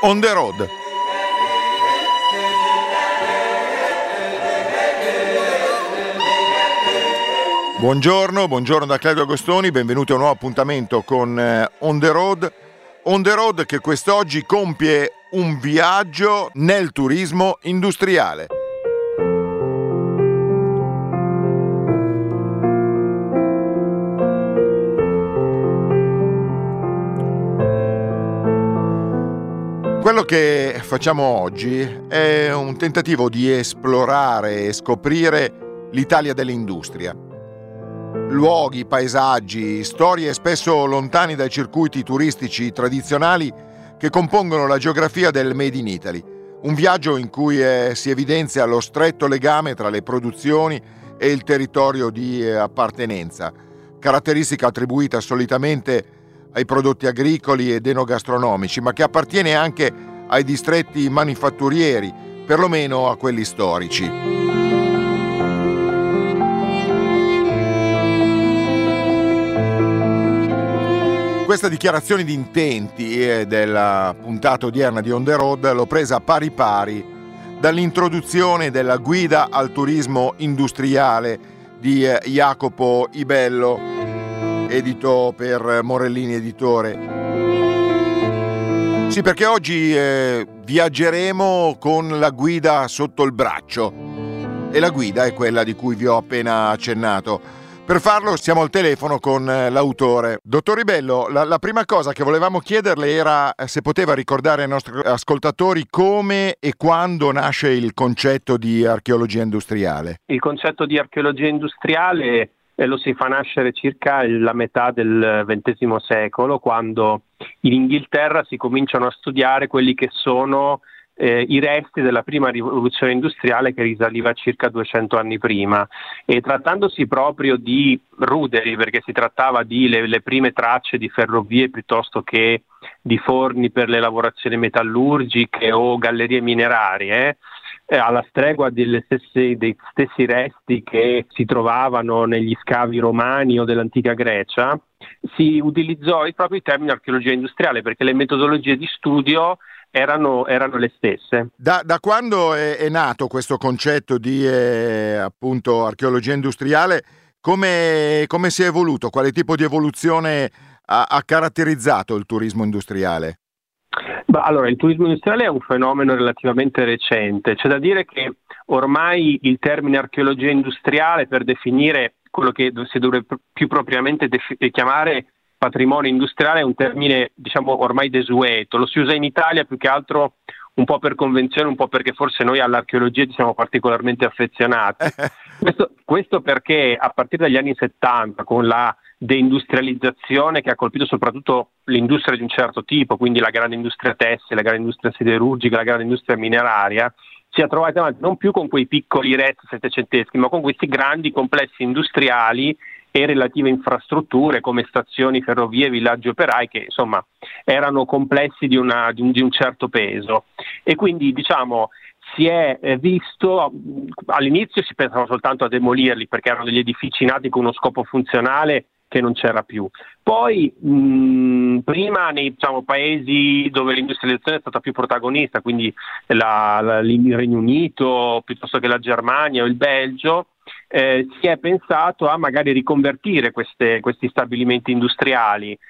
On the Road. Buongiorno da Claudio Agostoni, benvenuti a un nuovo appuntamento con On the Road. On the Road che quest'oggi compie un viaggio nel turismo industriale. Quello che facciamo oggi è un tentativo di esplorare e scoprire l'Italia dell'industria. Luoghi, paesaggi, storie spesso lontani dai circuiti turistici tradizionali che compongono la geografia del Made in Italy. Un viaggio in cui si evidenzia lo stretto legame tra le produzioni e il territorio di appartenenza, caratteristica attribuita solitamente ai prodotti agricoli ed enogastronomici, ma che appartiene anche ai distretti manifatturieri, perlomeno a quelli storici. Questa dichiarazione di intenti della puntata odierna di On the Road l'ho presa pari pari dall'introduzione della guida al turismo industriale di Jacopo Ibello, edito per Morellini Editore. Sì, perché oggi viaggeremo con la guida sotto il braccio e la guida è quella di cui vi ho appena accennato. Per farlo siamo al telefono con l'autore. Dottor Ibello, la prima cosa che volevamo chiederle era se poteva ricordare ai nostri ascoltatori come e quando nasce il concetto di archeologia industriale. Il concetto di archeologia industriale lo si fa nascere circa la metà del XX secolo, quando in Inghilterra si cominciano a studiare quelli che sono i resti della prima rivoluzione industriale, che risaliva circa 200 anni prima, e trattandosi proprio di ruderi, perché si trattava di le prime tracce di ferrovie piuttosto che di forni per le lavorazioni metallurgiche o gallerie minerarie, alla stregua dei stessi resti che si trovavano negli scavi romani o dell'antica Grecia, si utilizzò proprio il termine archeologia industriale, perché le metodologie di studio erano le stesse. Da quando è nato questo concetto di appunto archeologia industriale, come si è evoluto? Quale tipo di evoluzione ha caratterizzato il turismo industriale? Allora, il turismo industriale è un fenomeno relativamente recente. C'è da dire che ormai il termine archeologia industriale, per definire quello che si dovrebbe più propriamente chiamare patrimonio industriale, è un termine, diciamo, ormai desueto. Lo si usa in Italia più che altro un po' per convenzione, un po' perché forse noi all'archeologia ci siamo particolarmente affezionati. Questo perché a partire dagli anni 70, con la deindustrializzazione che ha colpito soprattutto l'industria di un certo tipo, quindi la grande industria tessile, la grande industria siderurgica, la grande industria mineraria, si è trovata avanti non più con quei piccoli resti settecenteschi, ma con questi grandi complessi industriali e relative infrastrutture come stazioni, ferrovie, villaggi operai, che insomma erano complessi di un certo peso. E quindi, diciamo, si è visto, all'inizio si pensava soltanto a demolirli perché erano degli edifici nati con uno scopo funzionale che non c'era più. Poi prima nei paesi dove l'industrializzazione è stata più protagonista, quindi il Regno Unito piuttosto che la Germania o il Belgio, si è pensato a magari riconvertire questi stabilimenti industriali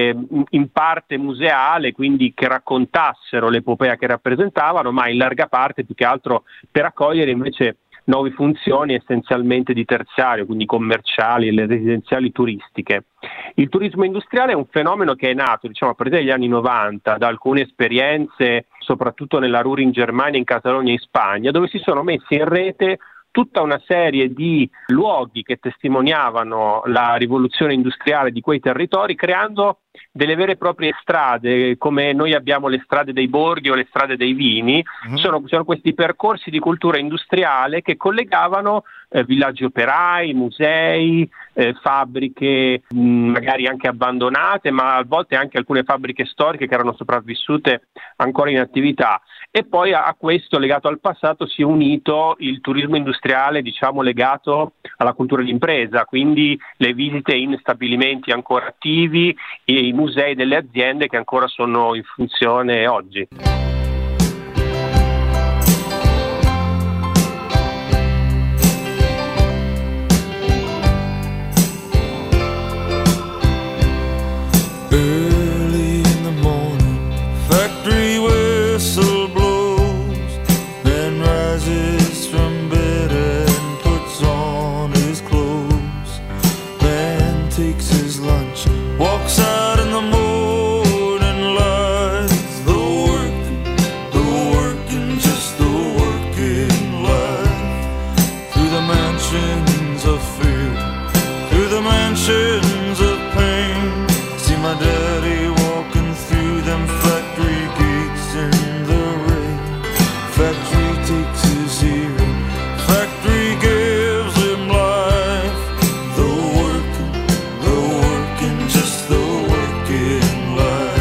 in parte museale, quindi che raccontassero l'epopea che rappresentavano, ma in larga parte più che altro per accogliere invece nuove funzioni essenzialmente di terziario, quindi commerciali, le residenziali, turistiche. Il turismo industriale è un fenomeno che è nato, a partire dagli anni 90, da alcune esperienze, soprattutto nella Ruhr in Germania, in Catalogna e in Spagna, dove si sono messi in rete tutta una serie di luoghi che testimoniavano la rivoluzione industriale di quei territori, creando delle vere e proprie strade, come noi abbiamo le strade dei borghi o le strade dei vini. Sono questi percorsi di cultura industriale che collegavano villaggi operai, musei, fabbriche magari anche abbandonate, ma a volte anche alcune fabbriche storiche che erano sopravvissute ancora in attività. E poi a questo, legato al passato, si è unito il turismo industriale, diciamo, legato alla cultura d'impresa, quindi le visite in stabilimenti ancora attivi e i musei delle aziende che ancora sono in funzione oggi. Early in the morning, factory whistle blows, man rises from bed and puts on his clothes. Man takes his lunch, walks out in the morning light. The working, just the working life. Through the mansions of fear, through the mansions of pain. My daddy walking through them factory gates in the rain. Factory takes his hearing, factory gives him life. The working, just the working life.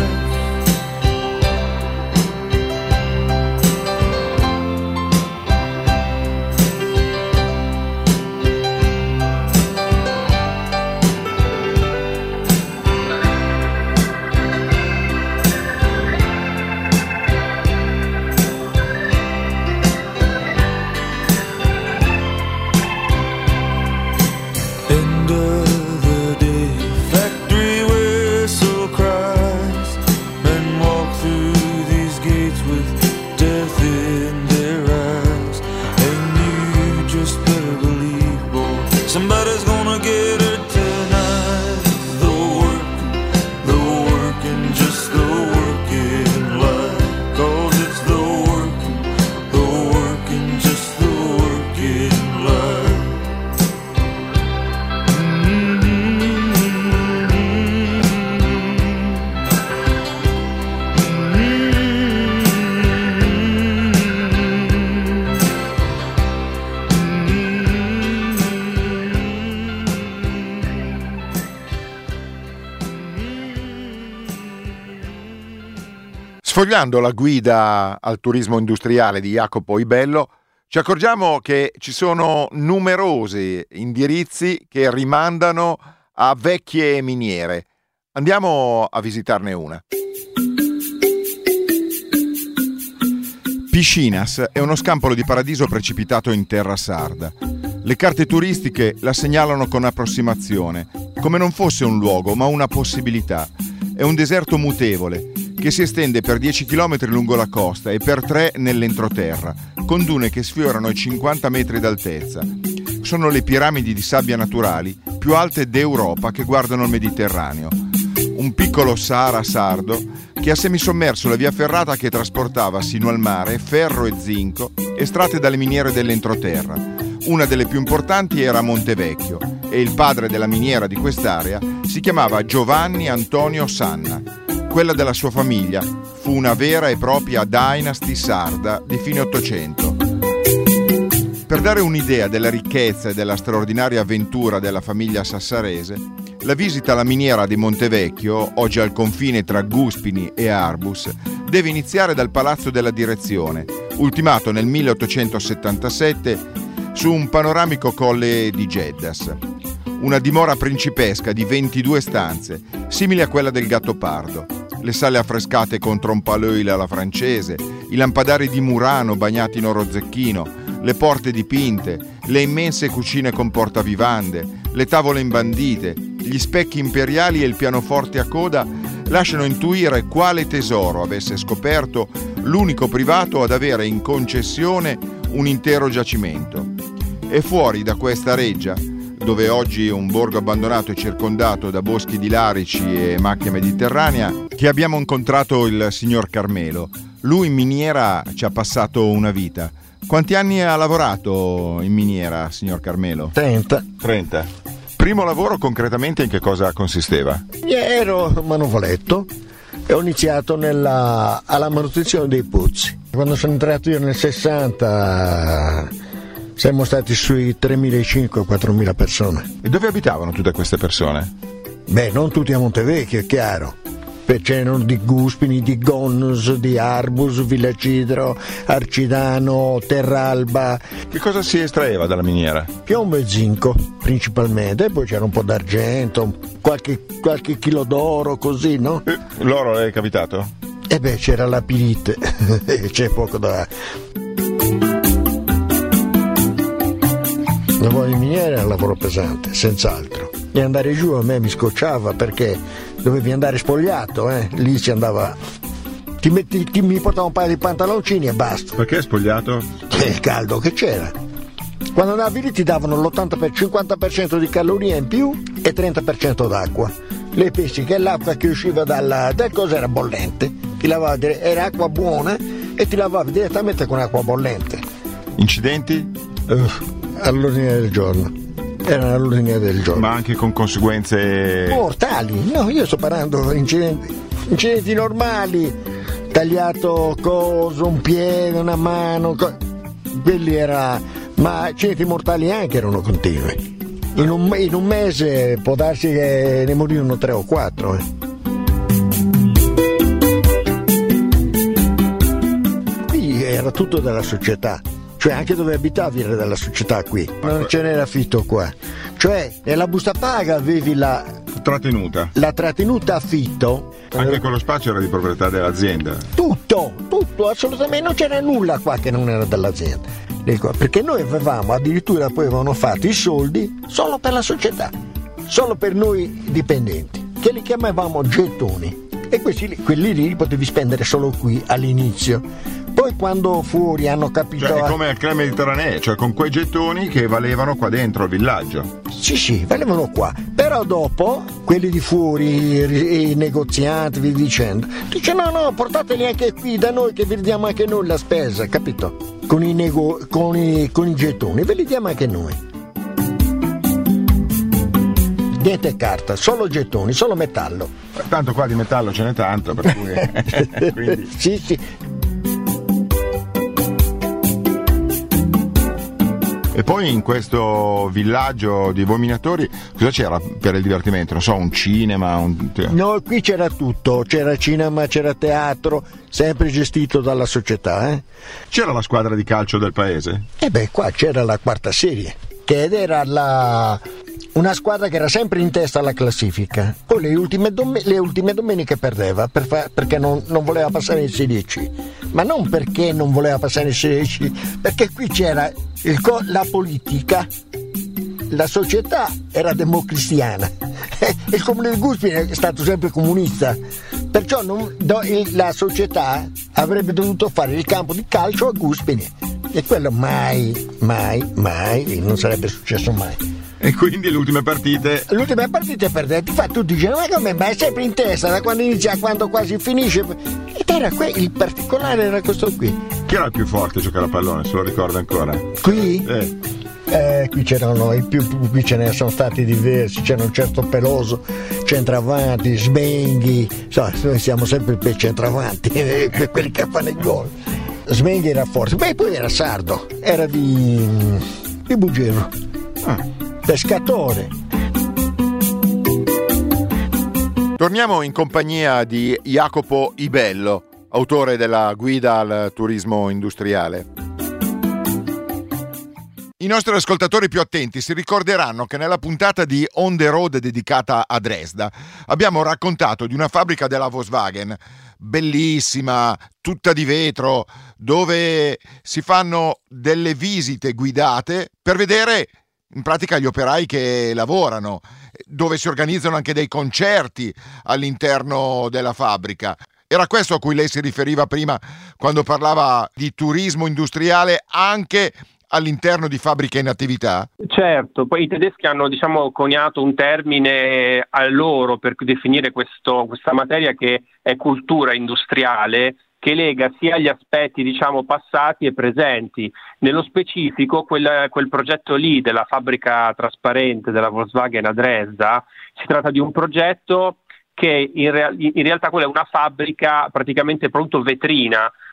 Somebody's gonna get it tonight. The working, just the working life. 'Cause it's the working, just the working life. Sfogliando la guida al turismo industriale di Jacopo Ibello, ci accorgiamo che ci sono numerosi indirizzi che rimandano a vecchie miniere. Andiamo a visitarne una. Piscinas è uno scampolo di paradiso precipitato in terra sarda. Le carte turistiche la segnalano con approssimazione, come non fosse un luogo, ma una possibilità. È un deserto mutevole che si estende per 10 km lungo la costa e per 3 nell'entroterra, con dune che sfiorano i 50 metri d'altezza. Sono le piramidi di sabbia naturali più alte d'Europa che guardano il Mediterraneo. Un piccolo Sahara sardo che ha semisommerso la via ferrata che trasportava sino al mare ferro e zinco estratte dalle miniere dell'entroterra. Una delle più importanti era Montevecchio e il padre della miniera di quest'area si chiamava Giovanni Antonio Sanna. Quella della sua famiglia fu una vera e propria dynasty sarda di fine Ottocento. Per dare un'idea della ricchezza e della straordinaria avventura della famiglia sassarese, la visita alla miniera di Montevecchio, oggi al confine tra Guspini e Arbus, deve iniziare dal Palazzo della Direzione, ultimato nel 1877 su un panoramico colle di Geddas. Una dimora principesca di 22 stanze, simile a quella del Gattopardo. Le sale affrescate con trompe-l'œil alla francese, i lampadari di Murano bagnati in oro zecchino, le porte dipinte, le immense cucine con portavivande, le tavole imbandite, gli specchi imperiali e il pianoforte a coda lasciano intuire quale tesoro avesse scoperto l'unico privato ad avere in concessione un intero giacimento. E fuori da questa reggia, dove oggi è un borgo abbandonato e circondato da boschi di larici e macchia mediterranea, che abbiamo incontrato il signor Carmelo. Lui in miniera ci ha passato una vita. Quanti anni ha lavorato in miniera, signor Carmelo? 30. Primo lavoro concretamente in che cosa consisteva? Ero manufaletto e ho iniziato alla manutenzione dei pozzi. Quando sono entrato io nel 60 Siamo stati sui 3.500-4.000 persone. E dove abitavano tutte queste persone? Beh, non tutti a Montevecchio, è chiaro. C'erano di Guspini, di Gonnus, di Arbus, Villacidro, Arcidano, Terralba. Che cosa si estraeva dalla miniera? Piombo e zinco principalmente, e poi c'era un po' d'argento, qualche chilo d'oro, così, no? L'oro le è capitato? E beh, c'era la pirite, c'è poco da... Il lavoro in miniera era un lavoro pesante, senz'altro. E andare giù a me mi scocciava perché dovevi andare spogliato, lì si andava... mi portava un paio di pantaloncini e basta. Perché spogliato? Il caldo che c'era. Quando andavi lì ti davano l'50% di calorie in più e 30% d'acqua. Le pensi che l'acqua che usciva dal coso era bollente, ti lavavi, era acqua buona e ti lavavi direttamente con acqua bollente. Incidenti? All'ordine del giorno. Erano all'ordine del giorno. Ma anche con conseguenze mortali? No, io sto parlando di incidenti normali, tagliato coso, un piede, una mano, quelli era, ma incidenti mortali anche erano continui. In un mese può darsi che ne morirono 3 o 4. Qui era tutto della società. Cioè anche dove abitavi era della società qui, non ce n'era affitto qua. Cioè nella busta paga avevi la trattenuta affitto. Anche quello spazio era di proprietà dell'azienda. Tutto, assolutamente, non c'era nulla qua che non era dell'azienda. Perché noi addirittura poi avevano fatto i soldi solo per la società, solo per noi dipendenti, che li chiamavamo gettoni. E quelli lì li potevi spendere solo qui all'inizio. Poi quando fuori hanno capito... Cioè è come al Club Mediterraneo, cioè con quei gettoni che valevano qua dentro il villaggio. Sì, valevano qua. Però dopo, quelli di fuori, i negozianti, vi dicendo, dice no, portateli anche qui da noi che vi diamo anche noi la spesa, capito? Con i gettoni, ve li diamo anche noi. Niente carta, solo gettoni, solo metallo. Tanto qua di metallo ce n'è tanto, per cui... Quindi... Sì. E poi in questo villaggio di voi minatori cosa c'era per il divertimento? Non so, un cinema? No, qui c'era tutto, c'era cinema, c'era teatro, sempre gestito dalla società. C'era la squadra di calcio del paese? Qua c'era la quarta serie, che era una squadra che era sempre in testa alla classifica. Poi le ultime domeniche perdeva perché non voleva passare in Serie C. Ma non perché non voleva passare in Serie C, perché qui c'era la politica, la società era democristiana, il comune di Guspini è stato sempre comunista, perciò la società avrebbe dovuto fare il campo di calcio a Guspini e quello mai non sarebbe successo mai. E quindi le ultime partite perdete. Infatti tutti dicono ma è sempre in testa da quando inizia a quando quasi finisce. Ed era il particolare era questo qui. Chi era il più forte a giocare a pallone, se lo ricorda ancora? Qui? Qui c'erano qui ce ne sono stati diversi, c'era un certo Peloso, centravanti, Smenghi, noi siamo sempre per centravanti, quelli che fanno il gol. Smenghi era forte, poi era sardo, era di Bugero. Pescatore. Torniamo in compagnia di Jacopo Ibello, autore della Guida al turismo industriale. I nostri ascoltatori più attenti si ricorderanno che nella puntata di On the Road dedicata a Dresda abbiamo raccontato di una fabbrica della Volkswagen bellissima, tutta di vetro, dove si fanno delle visite guidate per vedere in pratica gli operai che lavorano, dove si organizzano anche dei concerti all'interno della fabbrica. Era questo a cui lei si riferiva prima quando parlava di turismo industriale anche all'interno di fabbriche in attività? Certo, poi i tedeschi hanno coniato un termine a loro per definire questa materia che è cultura industriale, che lega sia gli aspetti passati e presenti. Nello specifico quel progetto lì della fabbrica trasparente della Volkswagen a Dresda, si tratta di un progetto che in realtà quella è una fabbrica praticamente pronto vetrina,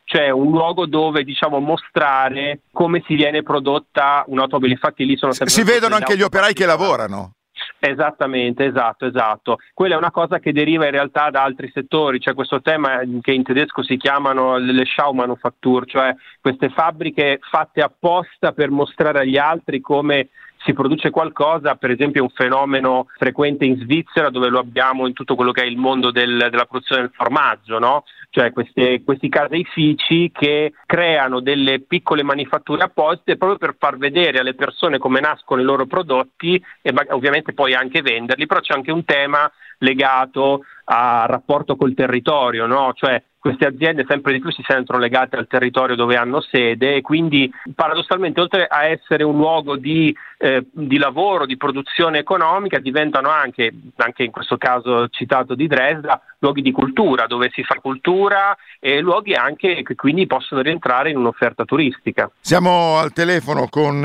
cioè un luogo dove mostrare come si viene prodotta un'automobile. Infatti lì sono sempre si vedono anche gli operai che lavorano. Esattamente, esatto. Quella è una cosa che deriva in realtà da altri settori, c'è questo tema che in tedesco si chiamano le Schaumanufaktur, cioè queste fabbriche fatte apposta per mostrare agli altri come si produce qualcosa, per esempio un fenomeno frequente in Svizzera, dove lo abbiamo in tutto quello che è il mondo della produzione del formaggio, no? Cioè questi caseifici che creano delle piccole manifatture apposite proprio per far vedere alle persone come nascono i loro prodotti e ovviamente poi anche venderli, però c'è anche un tema legato al rapporto col territorio, no? Cioè queste aziende sempre di più si sentono legate al territorio dove hanno sede e quindi paradossalmente oltre a essere un luogo di lavoro, di produzione economica, diventano anche in questo caso citato di Dresda, luoghi di cultura, dove si fa cultura e luoghi anche che quindi possono rientrare in un'offerta turistica. Siamo al telefono con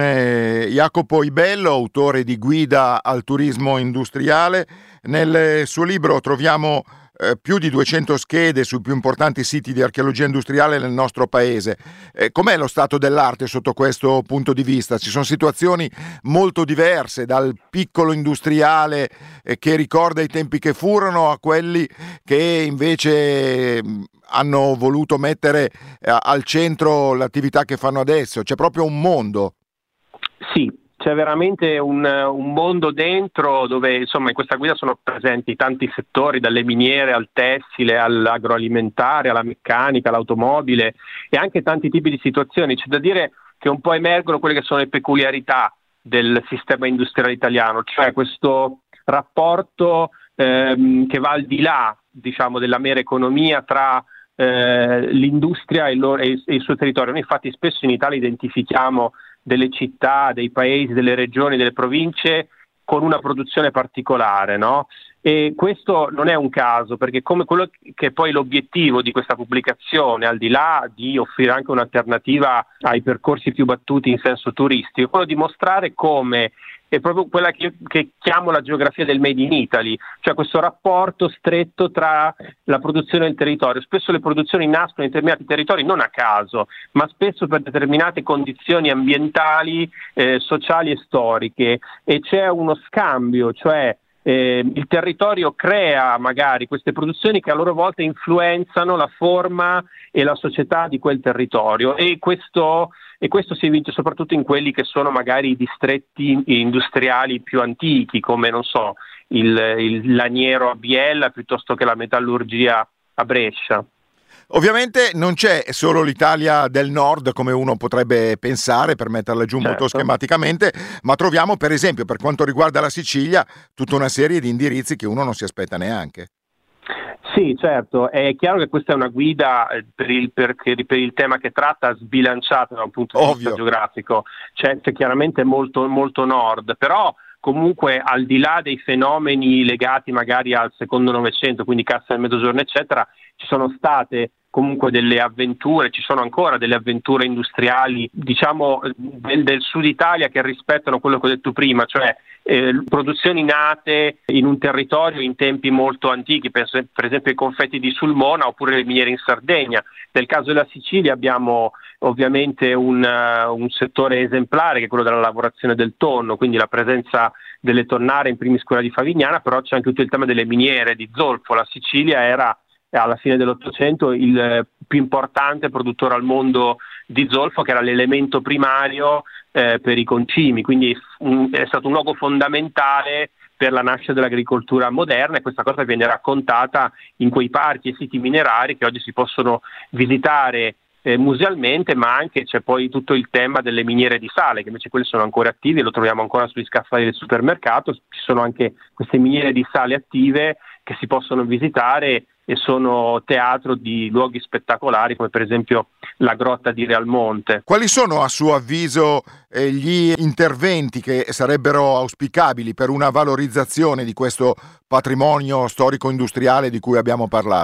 Jacopo Ibello, autore di Guida al turismo industriale. Nel suo libro troviamo più di 200 schede sui più importanti siti di archeologia industriale nel nostro paese. Com'è lo stato dell'arte sotto questo punto di vista? Ci sono situazioni molto diverse, dal piccolo industriale che ricorda i tempi che furono a quelli che invece hanno voluto mettere al centro l'attività che fanno adesso. C'è proprio un mondo. Sì. C'è veramente un mondo dentro dove insomma in questa guida sono presenti tanti settori, dalle miniere al tessile, all'agroalimentare, alla meccanica, all'automobile e anche tanti tipi di situazioni. C'è da dire che un po' emergono quelle che sono le peculiarità del sistema industriale italiano, cioè questo rapporto che va al di là della mera economia tra l'industria e il suo territorio. Noi infatti spesso in Italia identifichiamo delle città, dei paesi, delle regioni, delle province con una produzione particolare, no? E questo non è un caso, perché come quello che è poi l'obiettivo di questa pubblicazione, al di là di offrire anche un'alternativa ai percorsi più battuti in senso turistico, è quello di mostrare come è proprio quella che chiamo la geografia del Made in Italy, cioè questo rapporto stretto tra la produzione e il territorio. Spesso le produzioni nascono in determinati territori non a caso, ma spesso per determinate condizioni ambientali, sociali e storiche, e c'è uno scambio, cioè il territorio crea magari queste produzioni che a loro volta influenzano la forma e la società di quel territorio e questo si evince soprattutto in quelli che sono magari i distretti industriali più antichi, come non so, il laniero a Biella piuttosto che la metallurgia a Brescia. Ovviamente non c'è solo l'Italia del Nord, come uno potrebbe pensare, per metterla giù molto schematicamente, ma troviamo per esempio, per quanto riguarda la Sicilia, tutta una serie di indirizzi che uno non si aspetta neanche. Sì, certo, è chiaro che questa è una guida per il tema che tratta sbilanciata da un punto di vista geografico, c'è chiaramente molto, molto nord, però comunque al di là dei fenomeni legati magari al secondo Novecento, quindi Cassa del Mezzogiorno eccetera, ci sono state comunque delle avventure, ci sono ancora delle avventure industriali del sud Italia che rispettano quello che ho detto prima, cioè produzioni nate in un territorio in tempi molto antichi, per esempio i confetti di Sulmona oppure le miniere in Sardegna. Nel caso della Sicilia abbiamo ovviamente un settore esemplare che è quello della lavorazione del tonno, quindi la presenza delle tonnare in primis quella di Favignana, però c'è anche tutto il tema delle miniere di zolfo. La Sicilia era alla fine dell'Ottocento il più importante produttore al mondo di zolfo, che era l'elemento primario per i concimi, quindi è stato un luogo fondamentale per la nascita dell'agricoltura moderna e questa cosa viene raccontata in quei parchi e siti minerari che oggi si possono visitare musealmente, ma anche c'è poi tutto il tema delle miniere di sale, che invece quelle sono ancora attive, lo troviamo ancora sugli scaffali del supermercato. Ci sono anche queste miniere di sale attive che si possono visitare e sono teatro di luoghi spettacolari come per esempio la grotta di Realmonte. Quali sono a suo avviso gli interventi che sarebbero auspicabili per una valorizzazione di questo patrimonio storico-industriale di cui abbiamo parlato?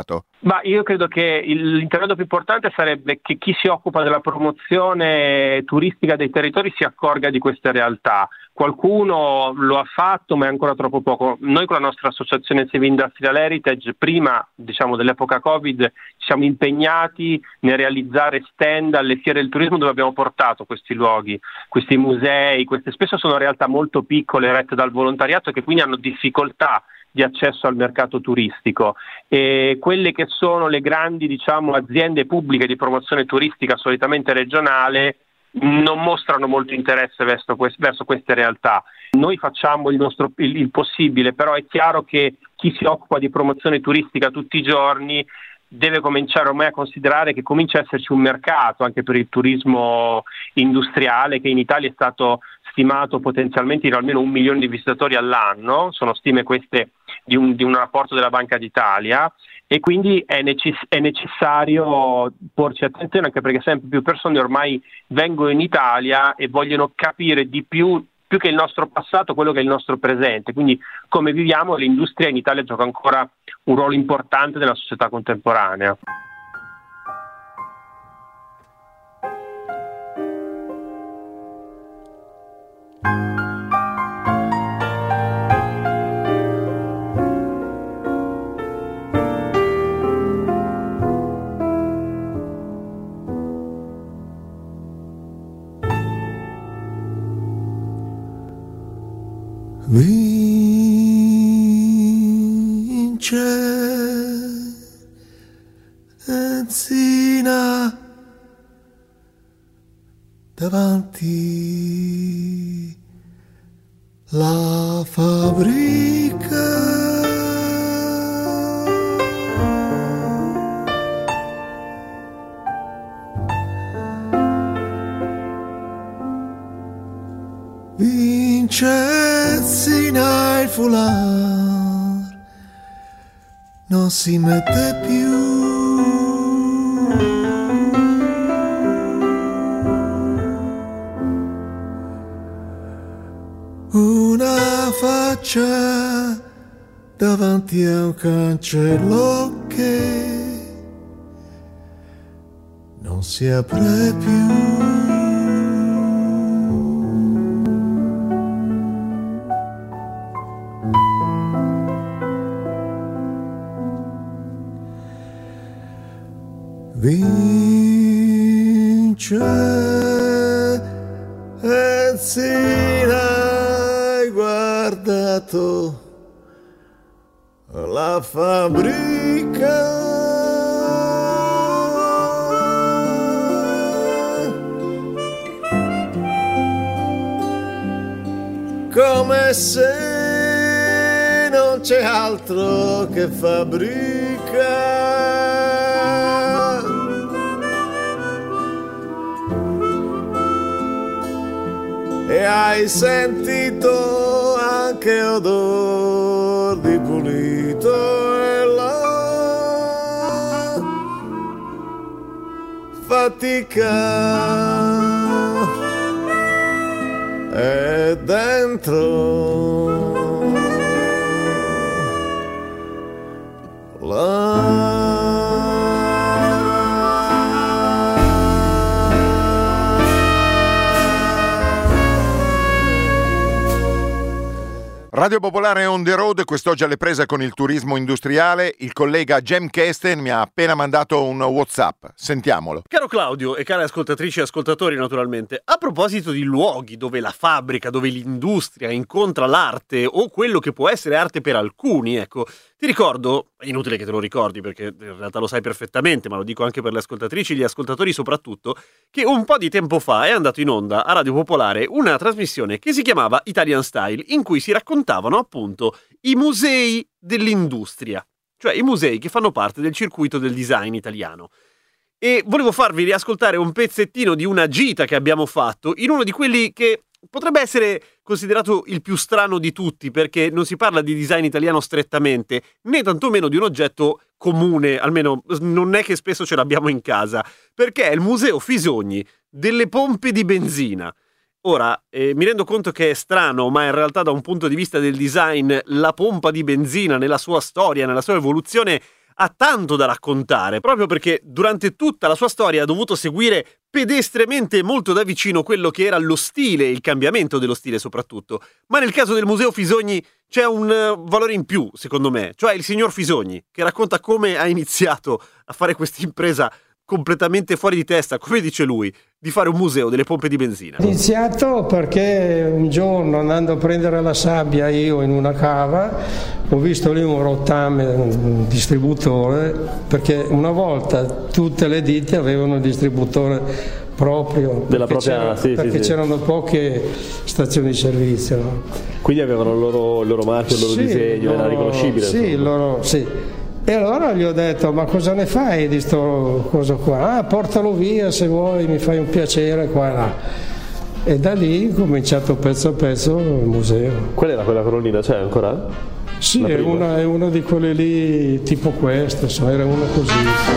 Ma io credo che l'intervento più importante sarebbe che chi si occupa della promozione turistica dei territori si accorga di queste realtà. Qualcuno lo ha fatto, ma è ancora troppo poco. Noi con la nostra associazione Civi Industrial Heritage, prima dell'epoca Covid, ci siamo impegnati nel realizzare stand alle fiere del turismo dove abbiamo portato questi luoghi, questi musei. Queste spesso sono realtà molto piccole, rette dal volontariato, che quindi hanno difficoltà di accesso al mercato turistico, e quelle che sono le grandi aziende pubbliche di promozione turistica solitamente regionale non mostrano molto interesse verso queste realtà. Noi facciamo il possibile, però è chiaro che chi si occupa di promozione turistica tutti i giorni deve cominciare ormai a considerare che comincia a esserci un mercato anche per il turismo industriale, che in Italia è stato stimato potenzialmente in almeno 1 milione di visitatori all'anno. Sono stime queste di un rapporto della Banca d'Italia, e quindi è necessario porci attenzione, anche perché sempre più persone ormai vengono in Italia e vogliono capire di più che il nostro passato, quello che è il nostro presente. Quindi come viviamo, l'industria in Italia gioca ancora un ruolo importante nella società contemporanea. Vincentina davanti la fabbrica, Vincenzina il foulard non si mette più, una faccia davanti a un cancello che non si apre più. Vincenzina, hai guardato la fabbrica, come se non c'è altro che fabbrica. E hai sentito anche odor di pulito e la fatica è dentro la Radio Popolare on the road, quest'oggi alle prese con il turismo industriale. Il collega Jem Kesten mi ha appena mandato un WhatsApp. Sentiamolo. Caro Claudio e care ascoltatrici e ascoltatori, naturalmente, a proposito di luoghi dove la fabbrica, dove l'industria incontra l'arte o quello che può essere arte per alcuni, ecco, ti ricordo, è inutile che te lo ricordi perché in realtà lo sai perfettamente, ma lo dico anche per le ascoltatrici e gli ascoltatori soprattutto, che un po' di tempo fa è andato in onda a Radio Popolare una trasmissione che si chiamava Italian Style, in cui si raccontavano appunto i musei dell'industria, cioè i musei che fanno parte del circuito del design italiano. E volevo farvi riascoltare un pezzettino di una gita che abbiamo fatto in uno di quelli che potrebbe essere considerato il più strano di tutti, perché non si parla di design italiano strettamente, né tantomeno di un oggetto comune, almeno non è che spesso ce l'abbiamo in casa, perché è il Museo Fisogni delle pompe di benzina. Ora, mi rendo conto che è strano, ma in realtà da un punto di vista del design la pompa di benzina nella sua storia, nella sua evoluzione, ha tanto da raccontare, proprio perché durante tutta la sua storia ha dovuto seguire pedestremente molto da vicino quello che era lo stile, il cambiamento dello stile soprattutto. Ma nel caso del Museo Fisogni c'è un valore in più, secondo me, cioè il signor Fisogni, che racconta come ha iniziato a fare questa impresa completamente fuori di testa, come dice lui, di fare un museo delle pompe di benzina. Ho iniziato perché un giorno, andando a prendere la sabbia io in una cava, ho visto lì un rottame, un distributore, perché una volta tutte le ditte avevano un distributore proprio, della propria, perché c'erano poche stazioni di servizio, no? Quindi avevano il loro marchio, il loro disegno, era riconoscibile. Sì. E allora gli ho detto: ma cosa ne fai di sto coso qua? Portalo via se vuoi, mi fai un piacere qua e là. E da lì ho cominciato pezzo a pezzo il museo. Qual era quella colonnina? C'è ancora? Sì, è una di quelle lì tipo questa, era una così.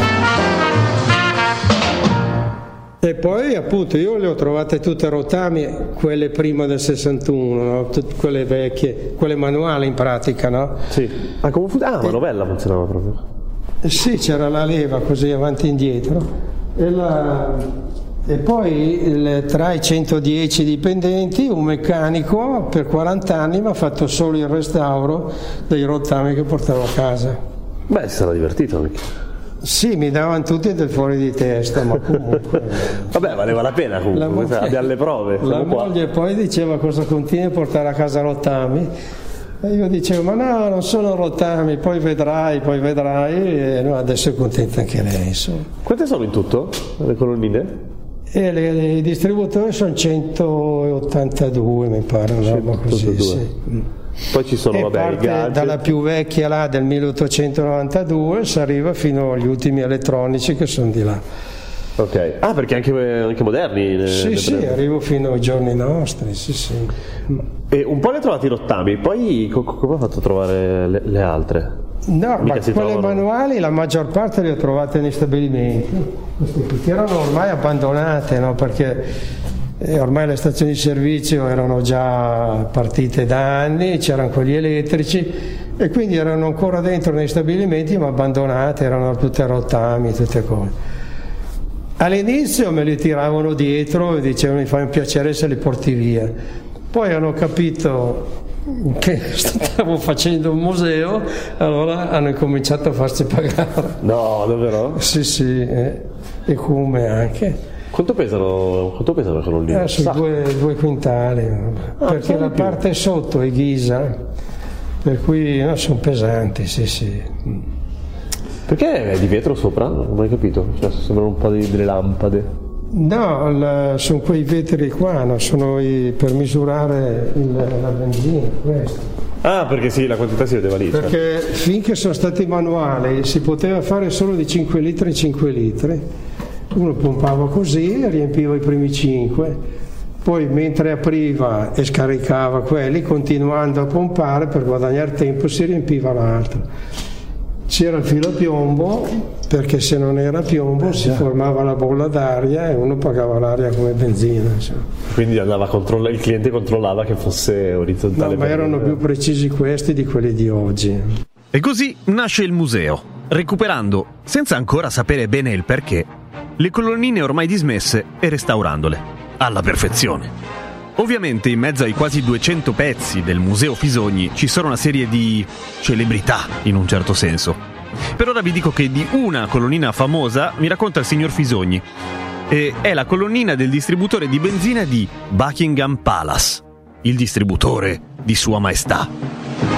E poi appunto io le ho trovate tutte a rottami, quelle prima del 61, no? Quelle vecchie, quelle manuali in pratica, no? Sì. Manovella funzionava proprio. Sì, c'era la leva così avanti e indietro. E poi tra i 110 dipendenti un meccanico per 40 anni mi ha fatto solo il restauro dei rottami che portavo a casa. Beh, si sarà divertito anche. Sì, mi davano tutti del fuori di testa, ma comunque... Vabbè, valeva la pena comunque, abbiamo le prove. La moglie poi diceva: cosa continui a portare a casa rottami? E io dicevo: ma no, non sono rottami, poi vedrai, e no, adesso è contenta anche lei, insomma. Quante sono in tutto le colonnine? E i distributori sono 182, mi pare, una roba così, sì. Poi ci sono, i gadget. Dalla più vecchia là del 1892 si arriva fino agli ultimi elettronici che sono di là. Ok. Ah, perché anche moderni? Sì, arrivo fino ai giorni nostri, sì. E un po' ne trovate i rottami, poi come ha fatto a trovare le altre? No, ma quelle manuali la maggior parte le ho trovate nei stabilimenti, che erano ormai abbandonate, no? Perché ormai le stazioni di servizio erano già partite da anni, c'erano quelli elettrici e quindi erano ancora dentro nei stabilimenti ma abbandonate, erano tutte a rottami, tutte cose. All'inizio me li tiravano dietro e dicevano: mi fai un piacere se li porti via. Poi hanno capito che stavo facendo un museo, allora hanno incominciato a farsi pagare. No, davvero? Sì, e come anche. Quanto pesano le colonnine? Su 2 quintali, perché la parte sotto è ghisa, per cui sono pesanti, sì. Perché è di vetro sopra? Non ho mai capito, sembrano un po' delle lampade. No, sono quei vetri qua, no? Sono per misurare la benzina, questo. Ah, perché sì, la quantità si vedeva lì. Perché finché sono stati manuali si poteva fare solo di 5 litri in 5 litri. Uno pompava così e riempiva i primi 5, poi mentre apriva e scaricava quelli, continuando a pompare per guadagnare tempo, si riempiva l'altro. C'era il filo a piombo, perché se non era piombo si formava la bolla d'aria e uno pagava l'aria come benzina, insomma. Quindi il cliente controllava che fosse orizzontale. No, ma erano più precisi questi di quelli di oggi. E così nasce il museo, recuperando, senza ancora sapere bene il perché, le colonnine ormai dismesse e restaurandole alla perfezione. Ovviamente in mezzo ai quasi 200 pezzi del Museo Fisogni ci sono una serie di celebrità, in un certo senso. Per ora vi dico che di una colonnina famosa mi racconta il signor Fisogni. E è la colonnina del distributore di benzina di Buckingham Palace, il distributore di Sua Maestà.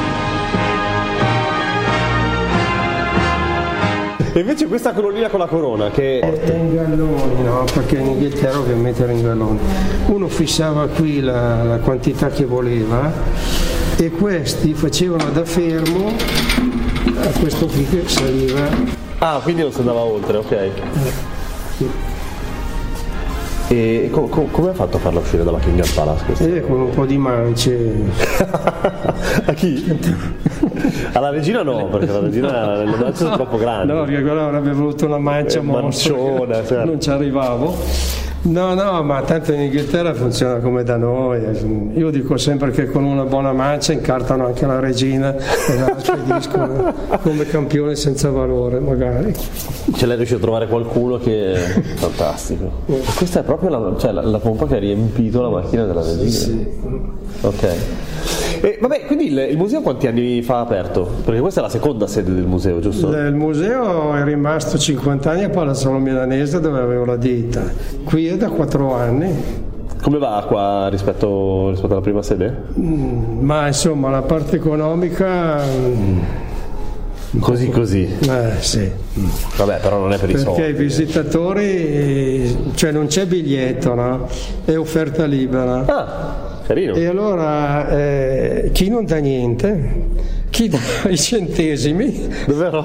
E invece questa colonnina con la corona che è in galloni, no? Perché in Inghilterra ovviamente era in galloni. Uno fissava qui la quantità che voleva e questi facevano da fermo a questo qui che saliva. Ah, quindi non si andava oltre, ok. Sì. E come ha fatto a farla uscire dalla Buckingham Palace? Con un po' di mance. A chi? Alla regina no, perché la regina le mance sono troppo grandi. No, perché quello avrebbe voluto una mancia manciona, certo. Non ci arrivavo. No, ma tanto in Inghilterra funziona come da noi. Io dico sempre che con una buona mancia incartano anche la regina e la spediscono come campione senza valore, magari. Ce l'hai riuscito a trovare qualcuno che è fantastico. Questa è proprio la pompa che ha riempito la macchina della regina. Sì. Ok. E vabbè, quindi il museo quanti anni fa ha aperto? Perché questa è la seconda sede del museo, giusto? Il museo è rimasto 50 anni a Palazzolo Milanese, dove avevo la ditta. Qui è da 4 anni. Come va qua rispetto alla prima sede? Ma insomma la parte economica... Così. Sì. Vabbè, però non è per i soldi. Perché i visitatori, cioè non c'è biglietto, no? È offerta libera. Ah, carino. E allora chi non dà niente, chi dà i centesimi, davvero?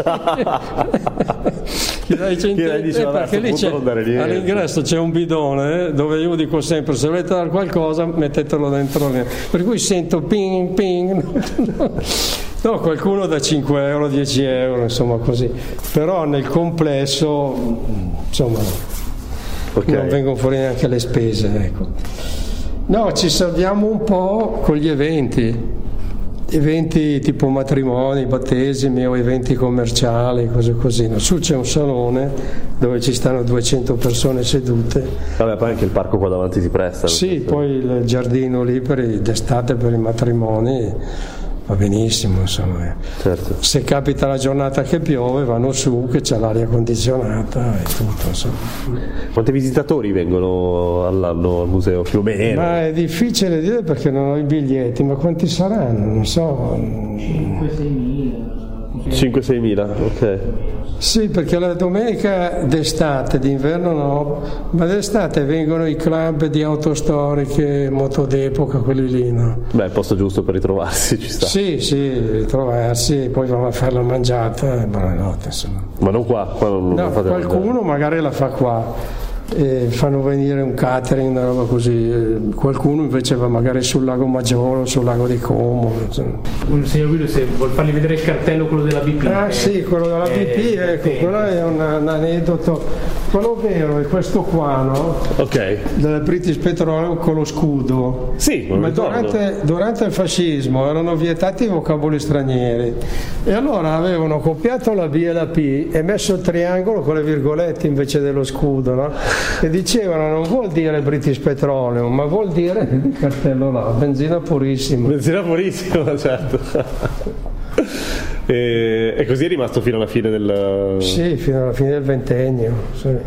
chi dà i centesimi, perché lì c'è, all'ingresso c'è un bidone dove io dico sempre: se volete dare qualcosa mettetelo dentro lì. Per cui sento ping ping. No, qualcuno da 5 euro, 10 euro, insomma così. Però nel complesso, insomma, non vengono fuori neanche le spese, ecco. No, ci salviamo un po' con gli eventi tipo matrimoni, battesimi o eventi commerciali, cose così. Su c'è un salone dove ci stanno 200 persone sedute. Vabbè, poi anche il parco qua davanti si presta. Sì, poi il giardino lì d'estate per i matrimoni va benissimo, insomma. Certo. Se capita la giornata che piove vanno su, che c'è l'aria condizionata e tutto, insomma. Quanti visitatori vengono all'anno al museo, più o meno? Ma è difficile dire perché non ho i biglietti, ma quanti saranno? Non so. 5-6.000, ok. Sì, perché la domenica d'estate, d'inverno no, ma d'estate vengono i club di auto storiche, moto d'epoca, quelli lì, no? Beh, è il posto giusto per ritrovarsi, ci sta. Sì, ritrovarsi, poi vanno a fare la mangiata e buonanotte, insomma. Ma non qua non fate qualcuno magari la fa qua. Fanno venire un catering, una roba così. Qualcuno invece va magari sul lago Maggiore o sul lago di Como. Un signor Guido, se vuol fargli vedere il cartello, quello della BP. Sì, quello della BP, ecco, quello è un aneddoto. Quello vero è questo qua, no? Ok. Del British Petroleum con lo scudo. Sì, ma durante il fascismo erano vietati i vocaboli stranieri e allora avevano copiato la B e la P e messo il triangolo con le virgolette invece dello scudo, no? E dicevano non vuol dire British Petroleum, ma vuol dire il cartello là, benzina purissima. Benzina purissima, certo. E così è rimasto fino alla fine del... Sì, fino alla fine del ventennio, sì.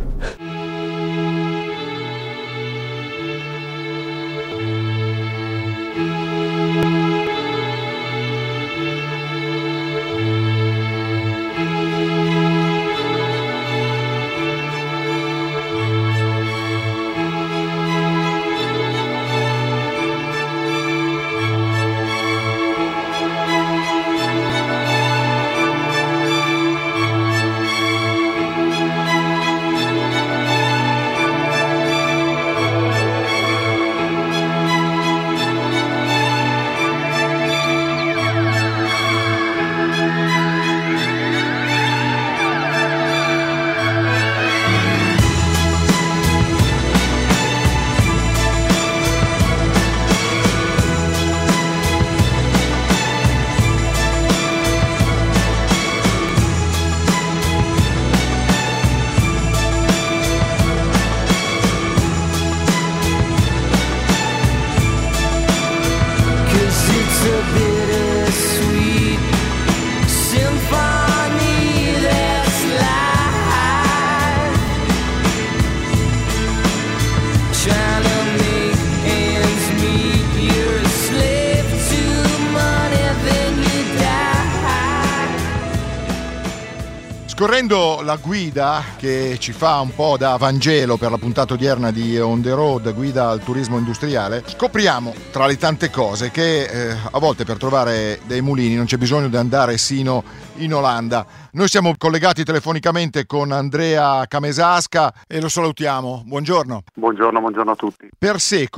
Scorrendo la guida che ci fa un po' da Vangelo per la puntata odierna di On the Road, guida al turismo industriale, scopriamo tra le tante cose che a volte per trovare dei mulini non c'è bisogno di andare sino in Olanda. Noi siamo collegati telefonicamente con Andrea Camesasca e lo salutiamo. Buongiorno. Buongiorno a tutti. Per secoli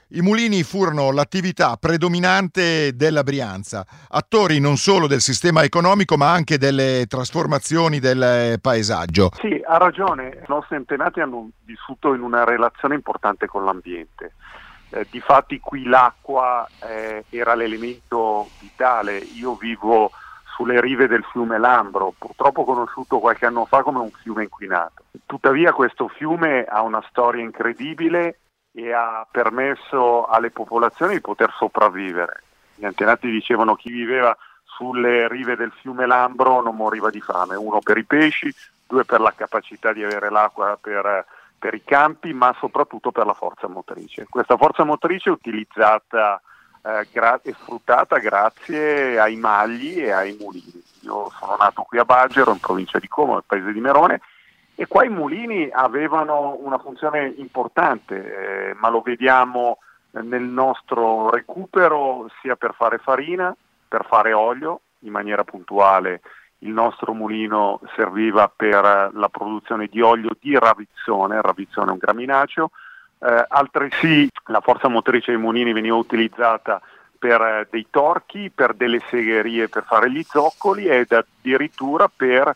I mulini furono l'attività predominante della Brianza, attori non solo del sistema economico ma anche delle trasformazioni del paesaggio. Sì, ha ragione. I nostri antenati hanno vissuto in una relazione importante con l'ambiente. Difatti qui l'acqua era l'elemento vitale. Io vivo sulle rive del fiume Lambro, purtroppo conosciuto qualche anno fa come un fiume inquinato. Tuttavia questo fiume ha una storia incredibile e ha permesso alle popolazioni di poter sopravvivere. Gli antenati dicevano chi viveva sulle rive del fiume Lambro non moriva di fame, 1 per i pesci, 2 per la capacità di avere l'acqua per i campi, ma soprattutto per la forza motrice. Questa forza motrice è utilizzata e sfruttata grazie ai magli e ai mulini. Io sono nato qui a Baggero, in provincia di Como, nel paese di Merone, e qua i mulini avevano una funzione importante, ma lo vediamo nel nostro recupero sia per fare farina, per fare olio in maniera puntuale. Il nostro mulino serviva per la produzione di olio di ravizzone, il ravizzone è un graminaceo, altresì la forza motrice dei mulini veniva utilizzata per dei torchi, per delle segherie per fare gli zoccoli ed addirittura per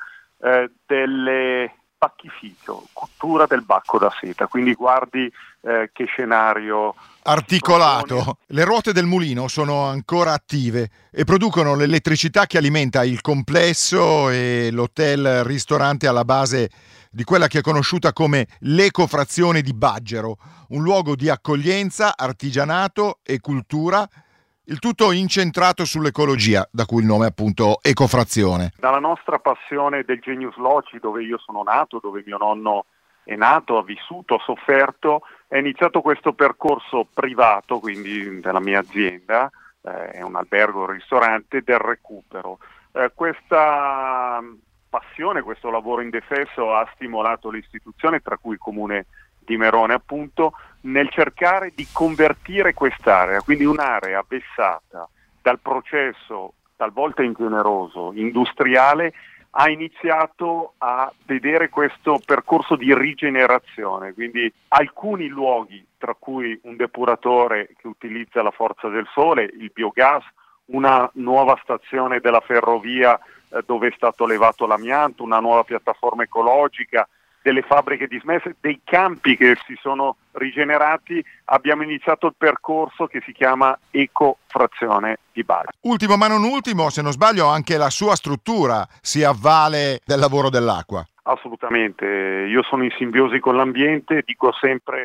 delle pacchificio, cottura del bacco da seta, quindi guardi che scenario articolato. Le ruote del mulino sono ancora attive e producono l'elettricità che alimenta il complesso e l'hotel ristorante alla base di quella che è conosciuta come l'ecofrazione di Baggero, un luogo di accoglienza, artigianato e cultura, il tutto incentrato sull'ecologia, da cui il nome appunto ecofrazione. Dalla nostra passione del Genius Loci, dove io sono nato, dove mio nonno è nato, ha vissuto, ha sofferto, è iniziato questo percorso privato, quindi della mia azienda, è un albergo, un ristorante, del recupero. Questa passione, questo lavoro indefesso ha stimolato l'istituzione, tra cui il comune di Merone appunto, nel cercare di convertire quest'area, quindi un'area vessata dal processo talvolta ingeneroso, industriale, ha iniziato a vedere questo percorso di rigenerazione, quindi alcuni luoghi, tra cui un depuratore che utilizza la forza del sole, il biogas, una nuova stazione della ferrovia dove è stato levato l'amianto, una nuova piattaforma ecologica, delle fabbriche dismesse, dei campi che si sono rigenerati. Abbiamo iniziato il percorso che si chiama ecofrazione di Baggero. Ultimo ma non ultimo, se non sbaglio anche la sua struttura si avvale del lavoro dell'acqua. Assolutamente, io sono in simbiosi con l'ambiente, dico sempre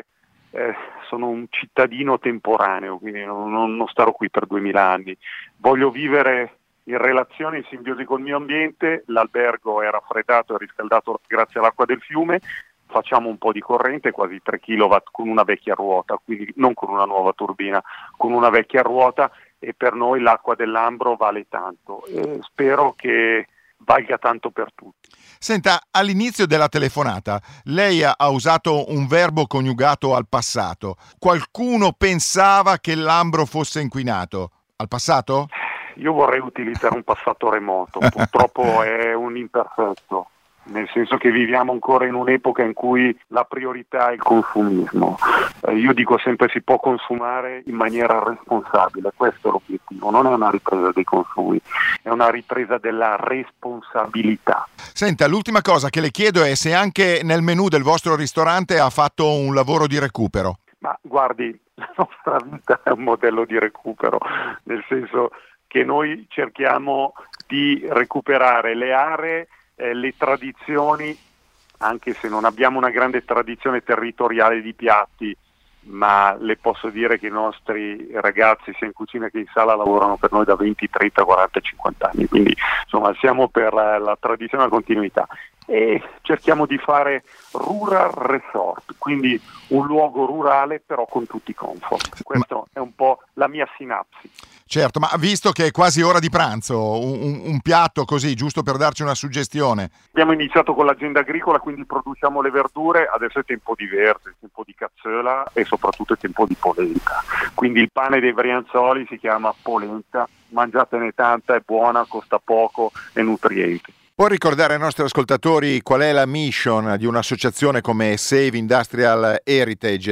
sono un cittadino temporaneo, quindi non starò qui per 2000 anni, voglio vivere in relazione, in simbiosi col mio ambiente. L'albergo è raffreddato e riscaldato grazie all'acqua del fiume, facciamo un po' di corrente, quasi 3 kW con una vecchia ruota, quindi non con una nuova turbina, con una vecchia ruota, e per noi l'acqua dell'Ambro vale tanto e spero che valga tanto per tutti. Senta, all'inizio della telefonata lei ha usato un verbo coniugato al passato. Qualcuno pensava che l'Ambro fosse inquinato. Al passato? Io vorrei utilizzare un passato remoto, purtroppo è un imperfetto, nel senso che viviamo ancora in un'epoca in cui la priorità è il consumismo. Io dico sempre si può consumare in maniera responsabile, questo è l'obiettivo, non è una ripresa dei consumi, è una ripresa della responsabilità. Senta, l'ultima cosa che le chiedo è se anche nel menù del vostro ristorante ha fatto un lavoro di recupero. Ma guardi, la nostra vita è un modello di recupero, nel senso che noi cerchiamo di recuperare le aree, le tradizioni, anche se non abbiamo una grande tradizione territoriale di piatti, ma le posso dire che i nostri ragazzi sia in cucina che in sala lavorano per noi da 20, 30, 40, 50 anni, quindi insomma siamo per la tradizione e la continuità e cerchiamo di fare rural resort, quindi un luogo rurale però con tutti i comfort. Questo è un po' la mia sinapsi. Certo, ma visto che è quasi ora di pranzo, un piatto così, giusto per darci una suggestione. Abbiamo iniziato con l'azienda agricola, quindi produciamo le verdure, adesso è tempo di verde, tempo di cazzola e soprattutto è tempo di polenta. Quindi il pane dei Brianzoli si chiama polenta, mangiatene tanta, è buona, costa poco, è nutriente. Può ricordare ai nostri ascoltatori qual è la mission di un'associazione come Save Industrial Heritage?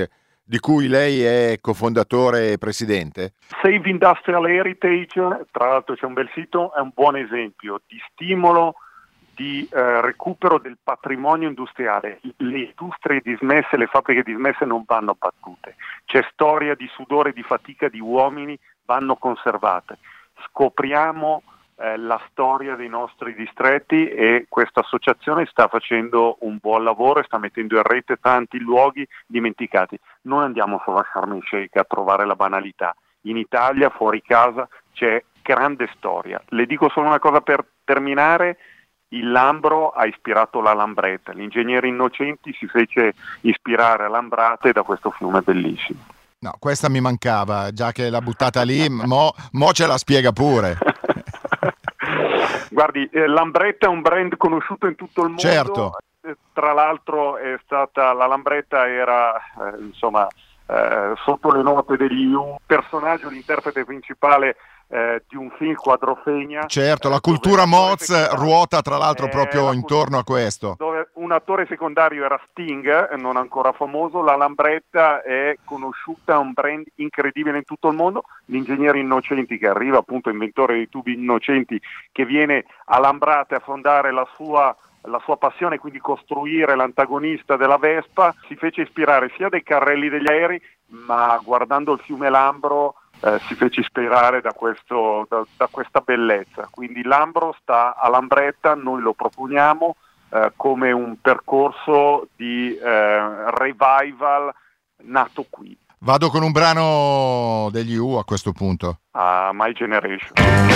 di cui lei è cofondatore e presidente? Save Industrial Heritage, tra l'altro c'è un bel sito, è un buon esempio di stimolo, di recupero del patrimonio industriale. Le industrie dismesse, le fabbriche dismesse non vanno abbattute. C'è storia di sudore e di fatica di uomini, vanno conservate. Scopriamo la storia dei nostri distretti e questa associazione sta facendo un buon lavoro e sta mettendo in rete tanti luoghi dimenticati. Non andiamo solo a Sharm el Sheikh a trovare la banalità. In Italia, fuori casa, c'è grande storia. Le dico solo una cosa per terminare: il Lambro ha ispirato la Lambretta. L'ingegnere Innocenti si fece ispirare a Lambrate da questo fiume bellissimo. No, questa mi mancava, già che l'ha buttata lì, mo ce la spiega pure. Guardi, Lambretta è un brand conosciuto in tutto il mondo. Certo. Tra l'altro la Lambretta era sotto le note degli un personaggio, l'interprete principale di un film, Quadrofenia. Certo, la cultura Moz ruota tra l'altro proprio intorno a questo. Dove un attore secondario era Sting, non ancora famoso. La Lambretta è conosciuta, un brand incredibile in tutto il mondo. L'ingegnere Innocenti, che arriva appunto inventore dei tubi Innocenti, che viene a Lambrate a fondare la sua passione, quindi costruire l'antagonista della Vespa, si fece ispirare sia dai carrelli degli aerei, ma guardando il fiume Lambro si fece ispirare da questa bellezza. Quindi Lambro sta a Lambretta, noi lo proponiamo come un percorso di revival nato qui. Vado con un brano degli U a questo punto. My Generation.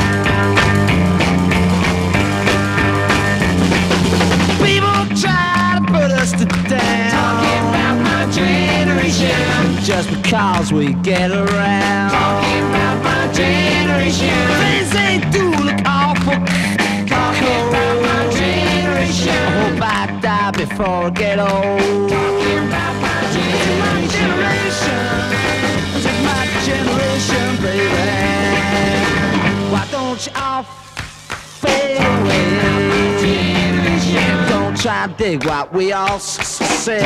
People try to put us to down, talking about my generation, just because we get around, talking about my generation, things they do look awful, talking about my generation, I hope I die before I get old, talking about my generation, just my generation, baby, why don't you all fade away? Don't try to dig what we all say.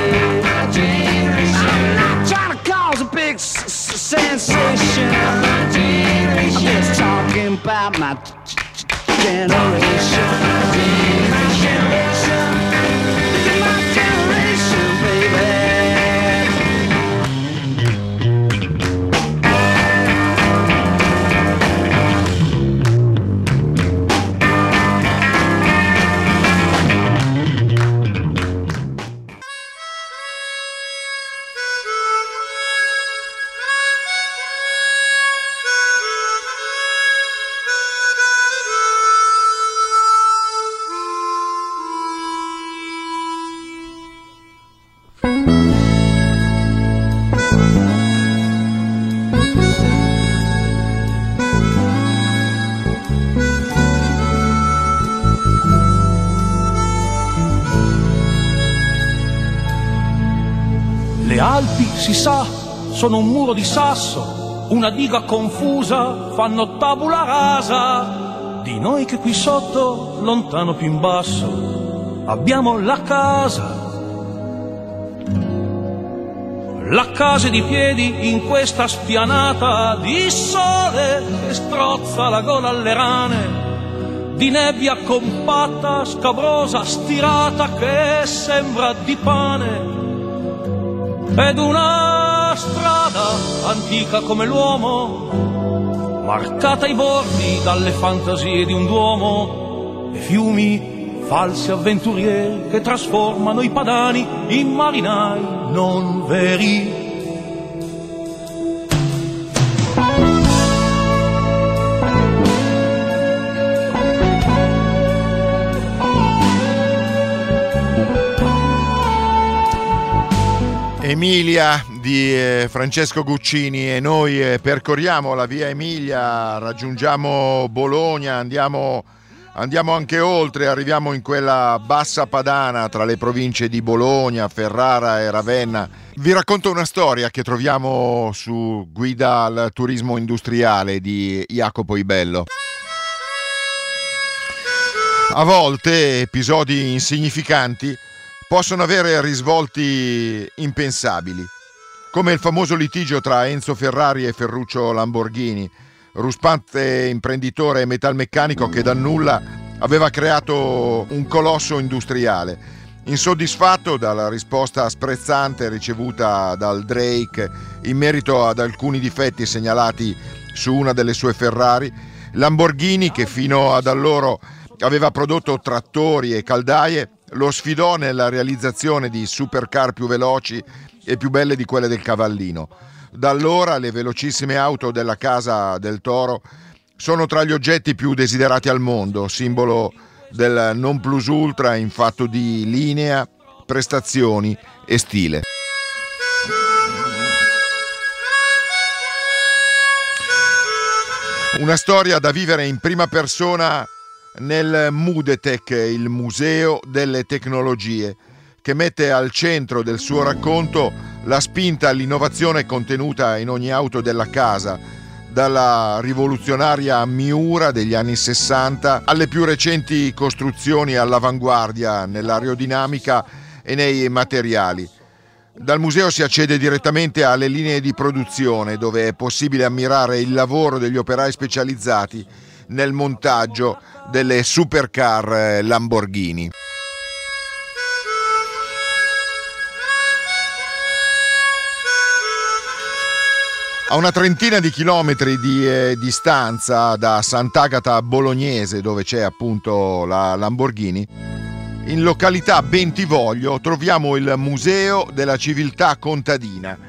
I'm not trying to cause a big sensation. I'm just talking about my generation. My generation. My generation, baby. Le Alpi, si sa, sono un muro di sasso, una diga confusa, fanno tabula rasa. Di noi che qui sotto, lontano più in basso, abbiamo la casa. La casa di piedi in questa spianata di sole che strozza la gola alle rane, di nebbia compatta, scabrosa, stirata che sembra di pane. Ed una strada antica come l'uomo, marcata ai bordi dalle fantasie di un duomo, e fiumi falsi avventurieri che trasformano i padani in marinai non veri. Emilia di Francesco Guccini, e noi percorriamo la via Emilia, raggiungiamo Bologna, andiamo anche oltre, arriviamo in quella bassa padana tra le province di Bologna, Ferrara e Ravenna. Vi racconto una storia che troviamo su Guida al turismo industriale di Jacopo Ibello. A volte episodi insignificanti possono avere risvolti impensabili. come il famoso litigio tra Enzo Ferrari e Ferruccio Lamborghini, ruspante imprenditore metalmeccanico che dal nulla aveva creato un colosso industriale. Insoddisfatto dalla risposta sprezzante ricevuta dal Drake in merito ad alcuni difetti segnalati su una delle sue Ferrari, Lamborghini, che fino ad allora aveva prodotto trattori e caldaie, lo sfidò nella realizzazione di supercar più veloci e più belle di quelle del Cavallino. Da allora le velocissime auto della Casa del Toro sono tra gli oggetti più desiderati al mondo, simbolo del non plus ultra in fatto di linea, prestazioni e stile. Una storia da vivere in prima persona nel Mudetec, il Museo delle Tecnologie, che mette al centro del suo racconto la spinta all'innovazione contenuta in ogni auto della casa, dalla rivoluzionaria Miura degli anni 60 alle più recenti costruzioni all'avanguardia nell'aerodinamica e nei materiali. Dal museo si accede direttamente alle linee di produzione, dove è possibile ammirare il lavoro degli operai specializzati nel montaggio delle supercar Lamborghini. A una trentina di chilometri di distanza da Sant'Agata Bolognese, dove c'è appunto la Lamborghini, in località Bentivoglio troviamo il Museo della Civiltà Contadina.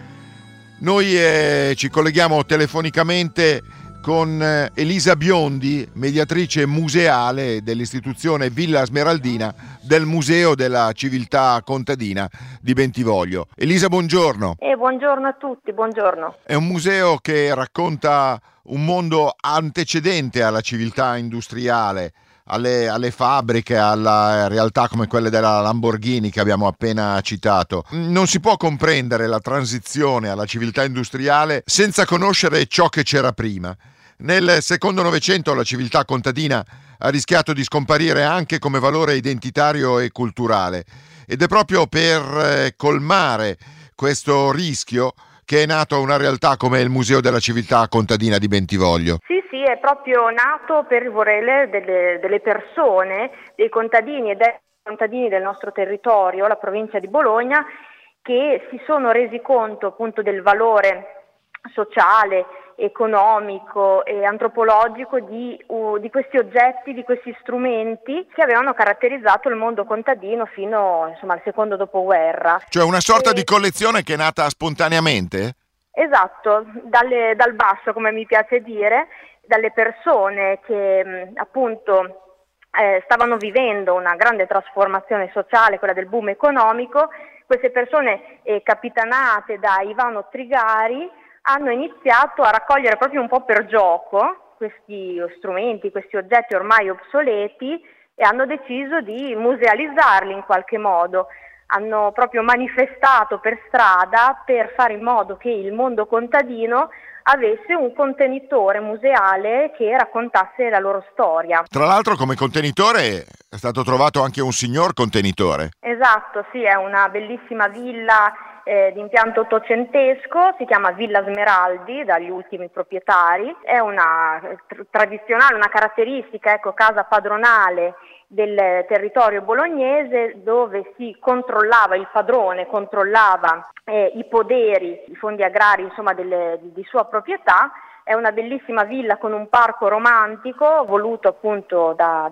Noi ci colleghiamo telefonicamente con Elisa Biondi, mediatrice museale dell'istituzione Villa Smeraldina del Museo della Civiltà Contadina di Bentivoglio. Elisa, buongiorno. Buongiorno a tutti, buongiorno. È un museo che racconta un mondo antecedente alla civiltà industriale, alle fabbriche, alla realtà come quelle della Lamborghini che abbiamo appena citato. Non si può comprendere la transizione alla civiltà industriale senza conoscere ciò che c'era prima. Nel secondo Novecento la civiltà contadina ha rischiato di scomparire anche come valore identitario e culturale, ed è proprio per colmare questo rischio che è nato una realtà come il Museo della Civiltà Contadina di Bentivoglio. Sì, è proprio nato per il volere delle persone, dei contadini e dei contadini del nostro territorio, la provincia di Bologna, che si sono resi conto appunto del valore sociale, economico e antropologico di questi oggetti, di questi strumenti che avevano caratterizzato il mondo contadino fino al secondo dopoguerra. Cioè una sorta di collezione che è nata spontaneamente? Esatto, dal basso, come mi piace dire, dalle persone che appunto stavano vivendo una grande trasformazione sociale, quella del boom economico. Queste persone capitanate da Ivano Trigari hanno iniziato a raccogliere proprio un po' per gioco questi strumenti, questi oggetti ormai obsoleti, e hanno deciso di musealizzarli in qualche modo. Hanno proprio manifestato per strada per fare in modo che il mondo contadino avesse un contenitore museale che raccontasse la loro storia. Tra l'altro come contenitore è stato trovato anche un signor contenitore. Esatto, sì, è una bellissima villa di impianto ottocentesco, si chiama Villa Smeraldi dagli ultimi proprietari. È una tradizionale, una caratteristica, casa padronale del territorio bolognese, dove si controllava, il padrone controllava i poderi, i fondi agrari di sua proprietà. È una bellissima villa con un parco romantico voluto appunto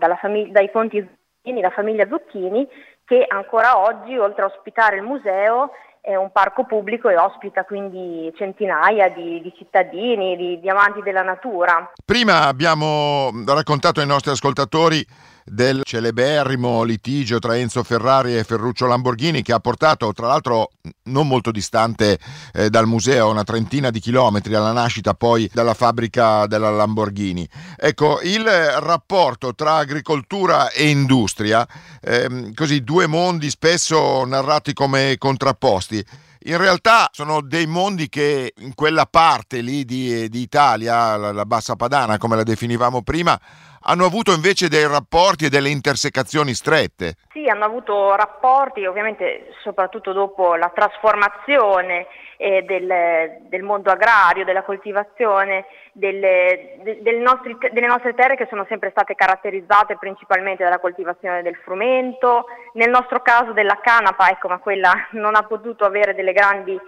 dai conti Zucchini, la famiglia Zucchini, che ancora oggi, oltre a ospitare il museo, è un parco pubblico e ospita quindi centinaia di cittadini, di amanti della natura. Prima abbiamo raccontato ai nostri ascoltatori del celeberrimo litigio tra Enzo Ferrari e Ferruccio Lamborghini, che ha portato, tra l'altro non molto distante dal museo, una trentina di chilometri, alla nascita poi della fabbrica della Lamborghini. Ecco, il rapporto tra agricoltura e industria, così due mondi spesso narrati come contrapposti, in realtà sono dei mondi che in quella parte lì di Italia, la Bassa Padana come la definivamo prima, hanno avuto invece dei rapporti e delle intersecazioni strette. Sì, hanno avuto rapporti, ovviamente soprattutto dopo la trasformazione del mondo agrario, della coltivazione, delle nostre terre, che sono sempre state caratterizzate principalmente dalla coltivazione del frumento, nel nostro caso della canapa, ecco, ma quella non ha potuto avere dei grandi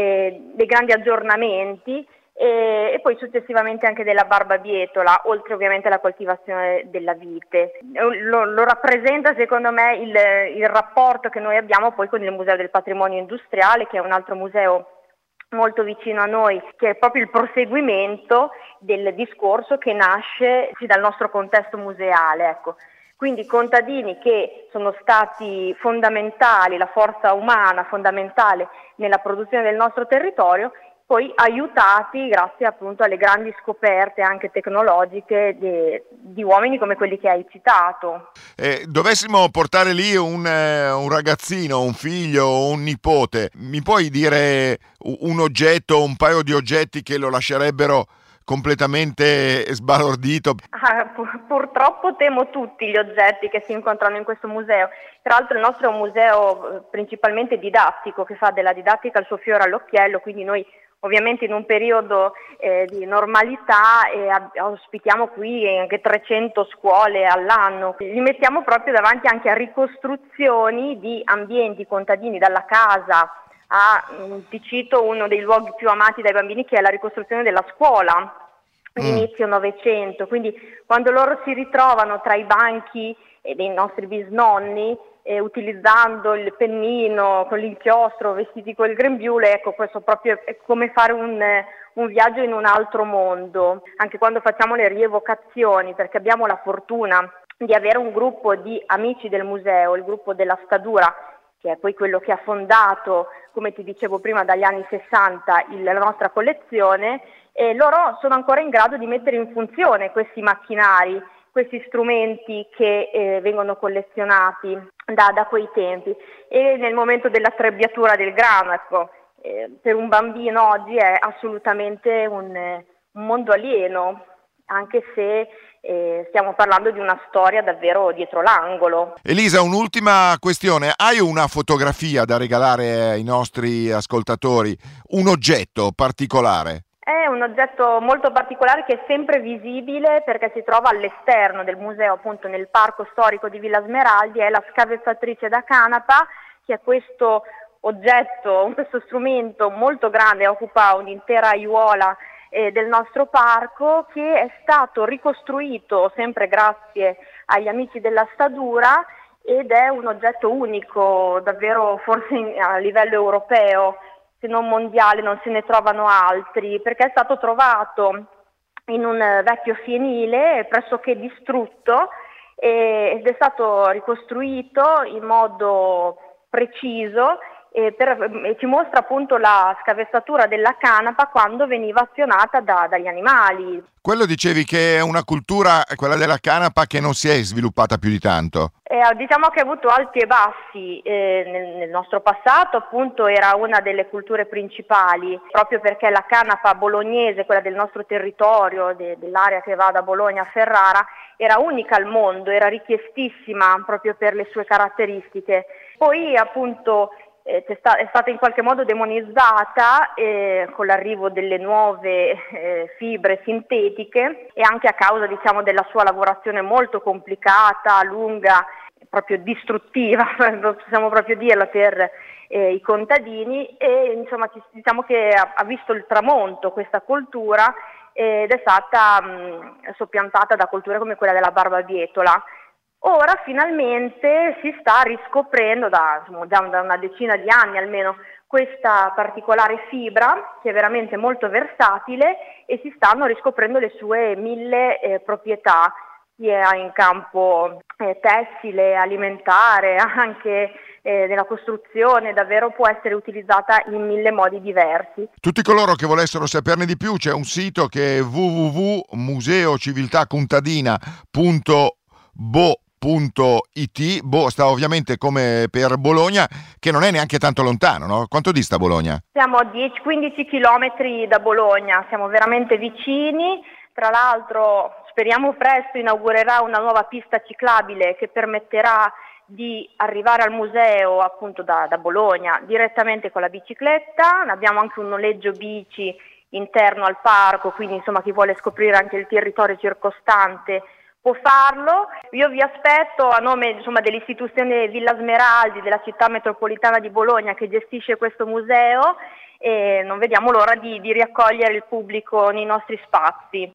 aggiornamenti, e poi successivamente anche della barbabietola, oltre ovviamente alla coltivazione della vite. Lo rappresenta secondo me il rapporto che noi abbiamo poi con il Museo del Patrimonio Industriale, che è un altro museo molto vicino a noi, che è proprio il proseguimento del discorso che nasce dal nostro contesto museale, ecco. Quindi contadini che sono stati fondamentali, la forza umana fondamentale nella produzione del nostro territorio, poi aiutati grazie appunto alle grandi scoperte anche tecnologiche di uomini come quelli che hai citato. Dovessimo portare lì un ragazzino, un figlio o un nipote, mi puoi dire un oggetto, un paio di oggetti che lo lascerebbero completamente sbalordito? Purtroppo temo tutti gli oggetti che si incontrano in questo museo. Tra l'altro il nostro è un museo principalmente didattico, che fa della didattica il suo fiore all'occhiello, quindi noi ovviamente in un periodo di normalità ospitiamo qui anche 300 scuole all'anno. Li mettiamo proprio davanti anche a ricostruzioni di ambienti contadini, dalla casa ti cito uno dei luoghi più amati dai bambini, che è la ricostruzione della scuola di inizio Novecento. Quindi quando loro si ritrovano tra i banchi dei nostri bisnonni, utilizzando il pennino con l'inchiostro, vestiti col grembiule, ecco, questo proprio è come fare un viaggio in un altro mondo. Anche quando facciamo le rievocazioni, perché abbiamo la fortuna di avere un gruppo di amici del museo, il gruppo della Stadura, che è poi quello che ha fondato, come ti dicevo prima, dagli anni 60 la nostra collezione, e loro sono ancora in grado di mettere in funzione questi macchinari, questi strumenti che vengono collezionati da quei tempi. E nel momento della trebbiatura del grano, ecco, per un bambino oggi è assolutamente un mondo alieno, anche se stiamo parlando di una storia davvero dietro l'angolo. Elisa, un'ultima questione: hai una fotografia da regalare ai nostri ascoltatori? Un oggetto particolare? È un oggetto molto particolare che è sempre visibile perché si trova all'esterno del museo, appunto nel parco storico di Villa Smeraldi. È la scavezzatrice da canapa, che è questo oggetto, questo strumento molto grande, occupa un'intera aiuola del nostro parco, che è stato ricostruito sempre grazie agli amici della Stadura, ed è un oggetto unico, davvero forse a livello europeo, se non mondiale, non se ne trovano altri, perché è stato trovato in un vecchio fienile pressoché distrutto ed è stato ricostruito in modo preciso e ci mostra appunto la scavezzatura della canapa quando veniva azionata dagli animali. Quello dicevi che è una cultura, quella della canapa, che non si è sviluppata più di tanto. Diciamo che ha avuto alti e bassi nel nostro passato, appunto era una delle culture principali, proprio perché la canapa bolognese, quella del nostro territorio, dell'area che va da Bologna a Ferrara, era unica al mondo, era richiestissima proprio per le sue caratteristiche. Poi appunto è stata in qualche modo demonizzata con l'arrivo delle nuove fibre sintetiche, e anche a causa, diciamo, della sua lavorazione molto complicata, lunga, proprio distruttiva, possiamo proprio dirla, per i contadini, e insomma diciamo che ha visto il tramonto questa cultura ed è stata soppiantata da culture come quella della barbabietola. Ora finalmente si sta riscoprendo già da una decina di anni almeno questa particolare fibra, che è veramente molto versatile, e si stanno riscoprendo le sue 1000 proprietà, sia in campo tessile, alimentare, anche nella costruzione. Davvero può essere utilizzata in 1000 modi diversi. Tutti coloro che volessero saperne di più, c'è un sito che è www.museociviltacontadina.bo.it. sta ovviamente come per Bologna, che non è neanche tanto lontano, no? Quanto dista Bologna? Siamo a 10-15 chilometri da Bologna, siamo veramente vicini. Tra l'altro speriamo presto inaugurerà una nuova pista ciclabile che permetterà di arrivare al museo appunto da Bologna direttamente con la bicicletta. Abbiamo anche un noleggio bici interno al parco, quindi insomma chi vuole scoprire anche il territorio circostante può farlo. Io vi aspetto a nome insomma dell'istituzione Villa Smeraldi della città metropolitana di Bologna che gestisce questo museo, e non vediamo l'ora di riaccogliere il pubblico nei nostri spazi.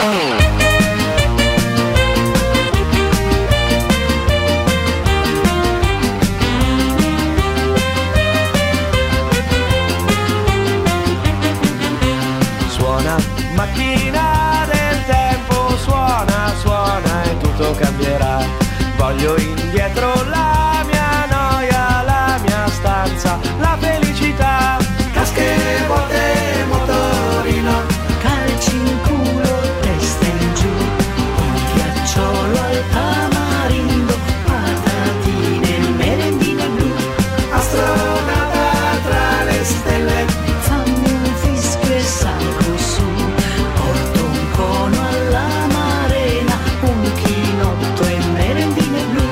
Suona, macchina del tempo, suona e tutto cambierà. Voglio indietro la mia noia, la mia stanza, la felicità. Casche, botte, motorino, calci in culo, testa in giù, un ghiacciolo al tamarindo, patatine, merendine blu, astronauta tra le stelle, fammi un fischio e salgo su, porto un cono alla marena, un chinotto e merendine blu.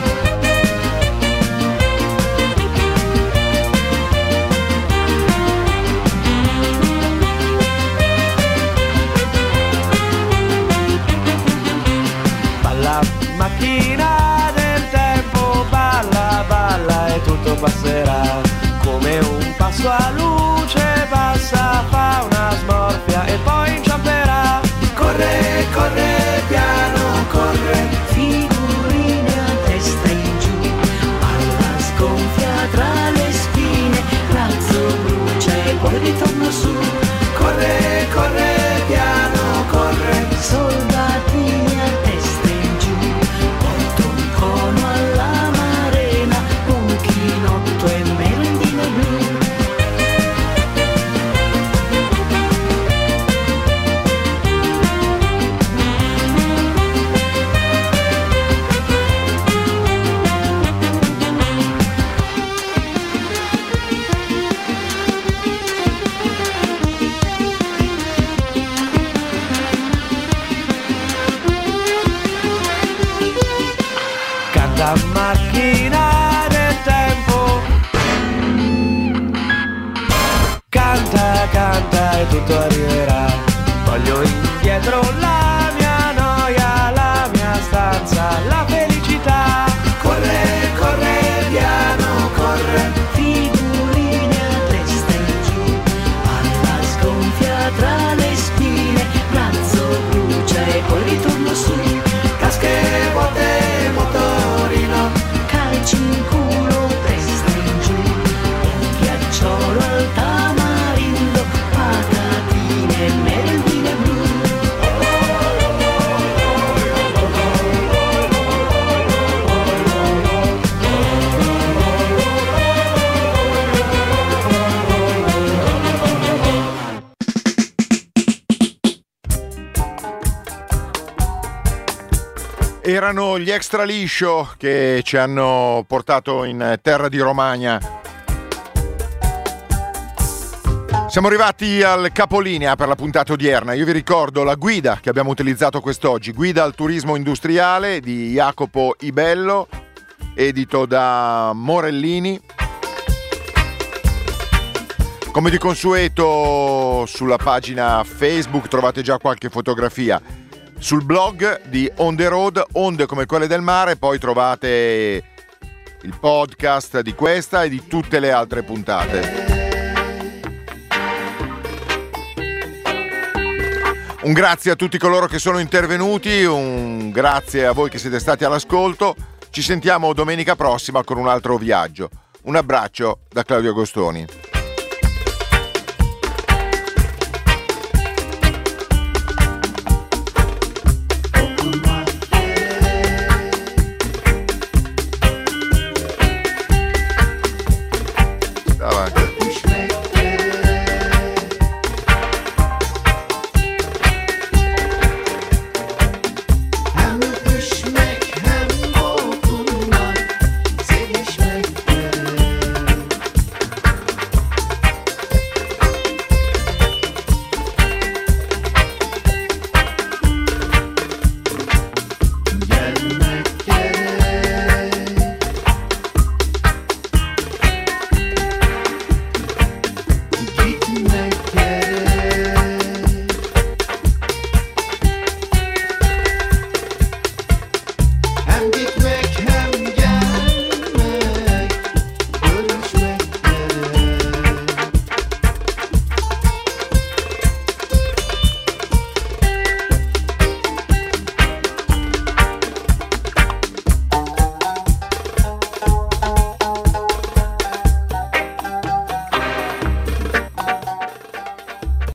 Balla, macchina del tempo, balla, balla e tutto passerà. Come un passo a luce passa, fa una smorfia e poi inciamperà. Corre, corre, piano, corre, figurine a testa in giù, palla sgonfia tra le spine, razzo brucia e poi ritorno su. Corre, corre, piano, corre, soldatini a testa in giù, porto un cono alla marena, un chinotto e merendine blu. Canta macchina del tempo, canta, canta e tutto arriverà. Voglio indietro la mia noia, la mia stanza, la felicità. Corre, corre, piano, corre, figurine a testa in giù, palla sgonfia tra le spine, razzo brucia e poi ritorno su. Casche, botte, motorino, calci in culo, testa in giù, un ghiacciolo al tamarindo, patatine e merendine blu. Erano gli Extra Liscio che ci hanno portato in terra di Romagna. Siamo arrivati al capolinea per la puntata odierna. Io vi ricordo la guida che abbiamo utilizzato quest'oggi, Guida al turismo industriale di Jacopo Ibello, edito da Morellini. Come di consueto sulla pagina Facebook trovate già qualche fotografia. Sul blog di On The Road, onde come quelle del mare, poi trovate il podcast di questa e di tutte le altre puntate. Un grazie a tutti coloro che sono intervenuti, un grazie a voi che siete stati all'ascolto. Ci sentiamo domenica prossima con un altro viaggio. Un abbraccio da Claudio Agostoni.